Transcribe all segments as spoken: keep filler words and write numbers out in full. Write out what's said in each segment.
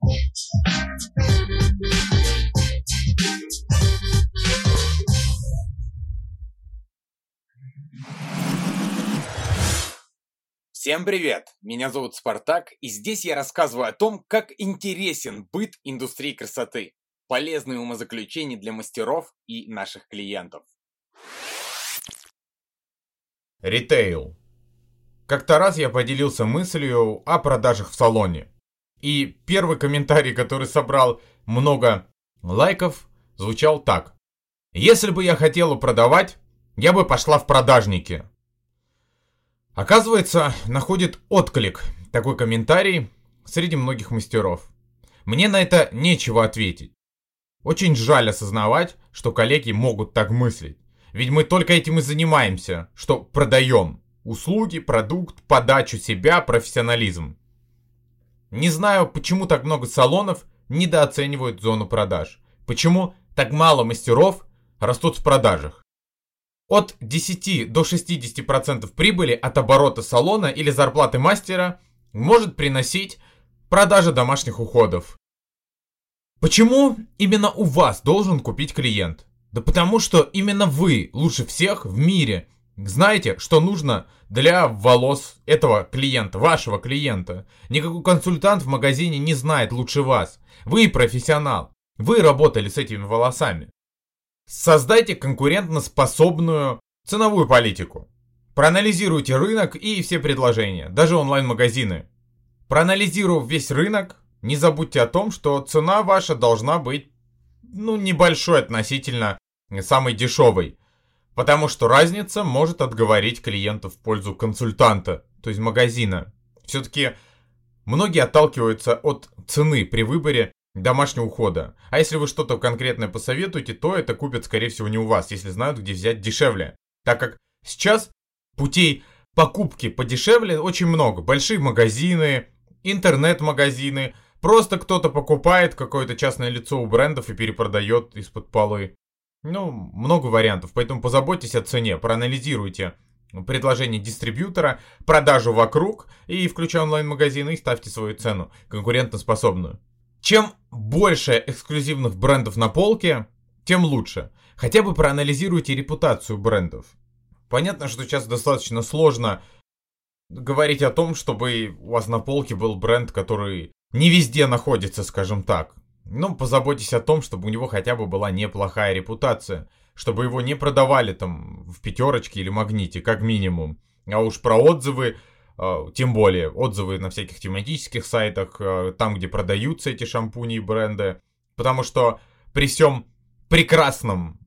Всем привет! Меня зовут Спартак, и здесь я рассказываю о том, как интересен быт индустрии красоты, полезные умозаключения для мастеров и наших клиентов. Ритейл. Как-то раз я поделился мыслью о продажах в салоне. И первый комментарий, который собрал много лайков, звучал так. Если бы я хотела продавать, я бы пошла в продажники. Оказывается, находит отклик такой комментарий среди многих мастеров. Мне на это нечего ответить. Очень жаль осознавать, что коллеги могут так мыслить. Ведь мы только этим и занимаемся, что продаем услуги, продукт, подачу себя, профессионализм. Не знаю, почему так много салонов недооценивают зону продаж. Почему так мало мастеров растут в продажах. От десяти до шестидесяти процентов прибыли от оборота салона или зарплаты мастера может приносить продажа домашних уходов. Почему именно у вас должен купить клиент? Да потому что именно вы лучше всех в мире знаете, что нужно для волос этого клиента, вашего клиента. Никакой консультант в магазине не знает лучше вас. Вы профессионал. Вы работали с этими волосами. Создайте конкурентоспособную ценовую политику. Проанализируйте рынок и все предложения, даже онлайн-магазины. Проанализировав весь рынок, не забудьте о том, что цена ваша должна быть ну, небольшой относительно самой дешевой. Потому что разница может отговорить клиента в пользу консультанта, то есть магазина. Все-таки многие отталкиваются от цены при выборе домашнего ухода. А если вы что-то конкретное посоветуете, то это купят, скорее всего, не у вас, если знают, где взять дешевле. Так как сейчас путей покупки подешевле очень много. Большие магазины, интернет-магазины. Просто кто-то покупает какое-то частное лицо у брендов и перепродает из-под полы. Ну, много вариантов. Поэтому позаботьтесь о цене, проанализируйте предложение дистрибьютора, продажу вокруг и включая онлайн-магазины и ставьте свою цену конкурентоспособную. Чем больше эксклюзивных брендов на полке, тем лучше. Хотя бы проанализируйте репутацию брендов. Понятно, что сейчас достаточно сложно говорить о том, чтобы у вас на полке был бренд, который не везде находится, скажем так. Но позаботьтесь о том, чтобы у него хотя бы была неплохая репутация. Чтобы его не продавали там в пятерочке или магните, как минимум. А уж про отзывы... Тем более отзывы на всяких тематических сайтах, там, где продаются эти шампуни и бренды. Потому что при всем прекрасном,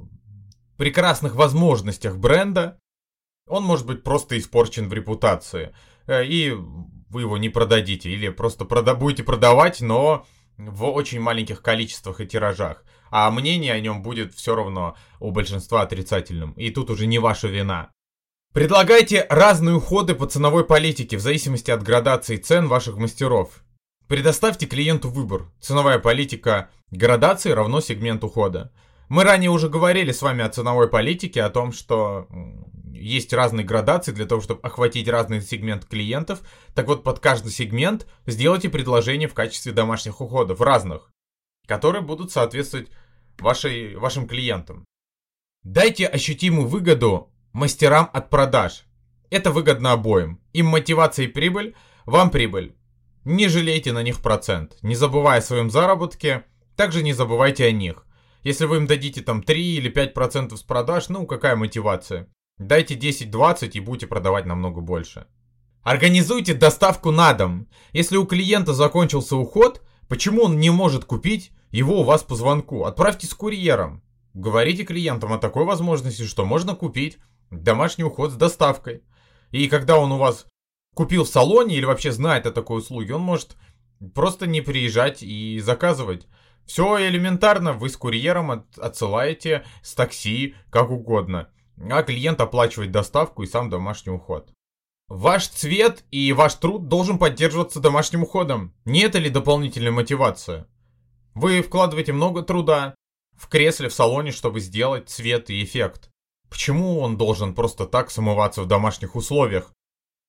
прекрасных возможностях бренда, он может быть просто испорчен в репутации. И вы его не продадите. Или просто прода- будете продавать, но в очень маленьких количествах и тиражах. А мнение о нем будет все равно у большинства отрицательным. И тут уже не ваша вина. Предлагайте разные уходы по ценовой политике в зависимости от градации цен ваших мастеров. Предоставьте клиенту выбор. Ценовая политика градации равно сегмент ухода. Мы ранее уже говорили с вами о ценовой политике, о том, что есть разные градации для того, чтобы охватить разный сегмент клиентов. Так вот, под каждый сегмент сделайте предложение в качестве домашних уходов разных, которые будут соответствовать вашей, вашим клиентам. Дайте ощутимую выгоду мастерам от продаж. Это выгодно обоим. Им мотивация и прибыль, вам прибыль. Не жалейте на них процент. Не забывая о своем заработке, также не забывайте о них. Если вы им дадите там три или пять процентов с продаж, ну какая мотивация? Дайте десять-двадцать и будете продавать намного больше. Организуйте доставку на дом. Если у клиента закончился уход, почему он не может купить его у вас по звонку? Отправьте с курьером. Говорите клиентам о такой возможности, что можно купить домашний уход с доставкой. И когда он у вас купил в салоне или вообще знает о такой услуге, он может просто не приезжать и заказывать. Все элементарно, вы с курьером от, отсылаете, с такси, как угодно. А клиент оплачивает доставку и сам домашний уход. Ваш цвет и ваш труд должен поддерживаться домашним уходом. Не это ли дополнительная мотивация? Вы вкладываете много труда в кресле в салоне, чтобы сделать цвет и эффект. Почему он должен просто так смываться в домашних условиях?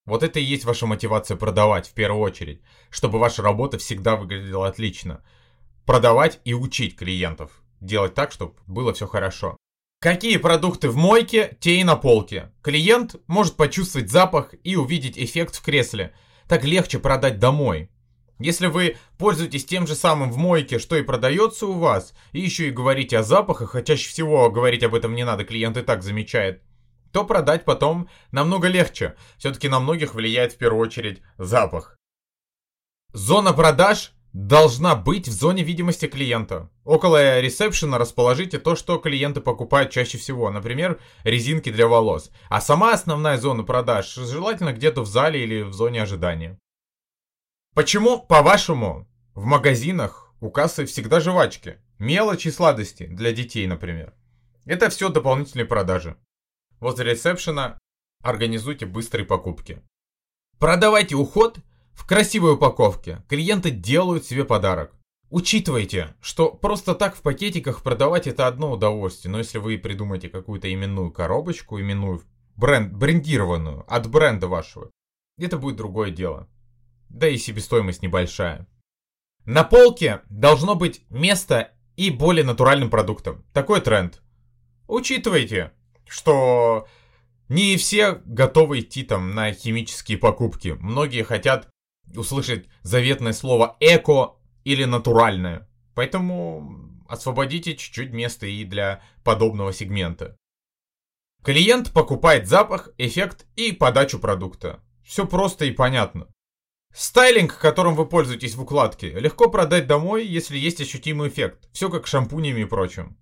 Вот это и есть ваша мотивация продавать в первую очередь, чтобы ваша работа всегда выглядела отлично. Продавать и учить клиентов. Делать так, чтобы было все хорошо. Какие продукты в мойке, те и на полке. Клиент может почувствовать запах и увидеть эффект в кресле. Так легче продать домой. Если вы пользуетесь тем же самым в мойке, что и продается у вас, и еще и говорите о запахах, а чаще всего говорить об этом не надо, клиент и так замечает, то продать потом намного легче. Все-таки на многих влияет в первую очередь запах. Зона продаж должна быть в зоне видимости клиента. Около ресепшена расположите то, что клиенты покупают чаще всего. Например, резинки для волос. А сама основная зона продаж желательно где-то в зале или в зоне ожидания. Почему, по-вашему, в магазинах у кассы всегда жвачки, мелочи и сладости для детей, например? Это все дополнительные продажи. Возле ресепшена организуйте быстрые покупки. Продавайте уход в красивой упаковке. Клиенты делают себе подарок. Учитывайте, что просто так в пакетиках продавать это одно удовольствие. Но если вы придумаете какую-то именную коробочку, именную бренд, брендированную от бренда вашего, это будет другое дело. Да и себестоимость небольшая. На полке должно быть место и более натуральным продуктам. Такой тренд. Учитывайте, что не все готовы идти там на химические покупки. Многие хотят услышать заветное слово «эко» или «натуральное». Поэтому освободите чуть-чуть места и для подобного сегмента. Клиент покупает запах, эффект и подачу продукта. Все просто и понятно. Стайлинг, которым вы пользуетесь в укладке, легко продать домой, если есть ощутимый эффект. Все как шампунями и прочим.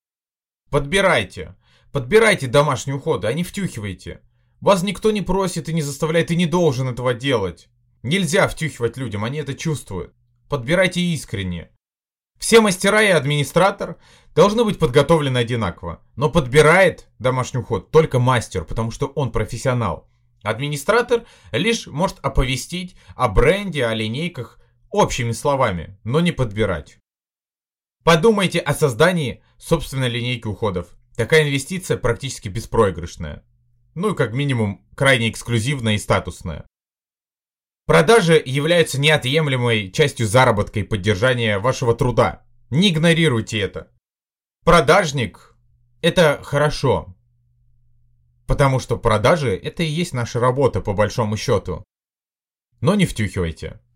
Подбирайте. Подбирайте домашние уходы, а не втюхивайте. Вас никто не просит и не заставляет, и не должен этого делать. Нельзя втюхивать людям, они это чувствуют. Подбирайте искренне. Все мастера и администратор должны быть подготовлены одинаково. Но подбирает домашний уход только мастер, потому что он профессионал. Администратор лишь может оповестить о бренде, о линейках общими словами, но не подбирать. Подумайте о создании собственной линейки уходов. Такая инвестиция практически беспроигрышная. Ну и как минимум крайне эксклюзивная и статусная. Продажи являются неотъемлемой частью заработка и поддержания вашего труда. Не игнорируйте это. Продажник – это хорошо. Потому что продажи – это и есть наша работа по большому счету. Но не втюхивайте.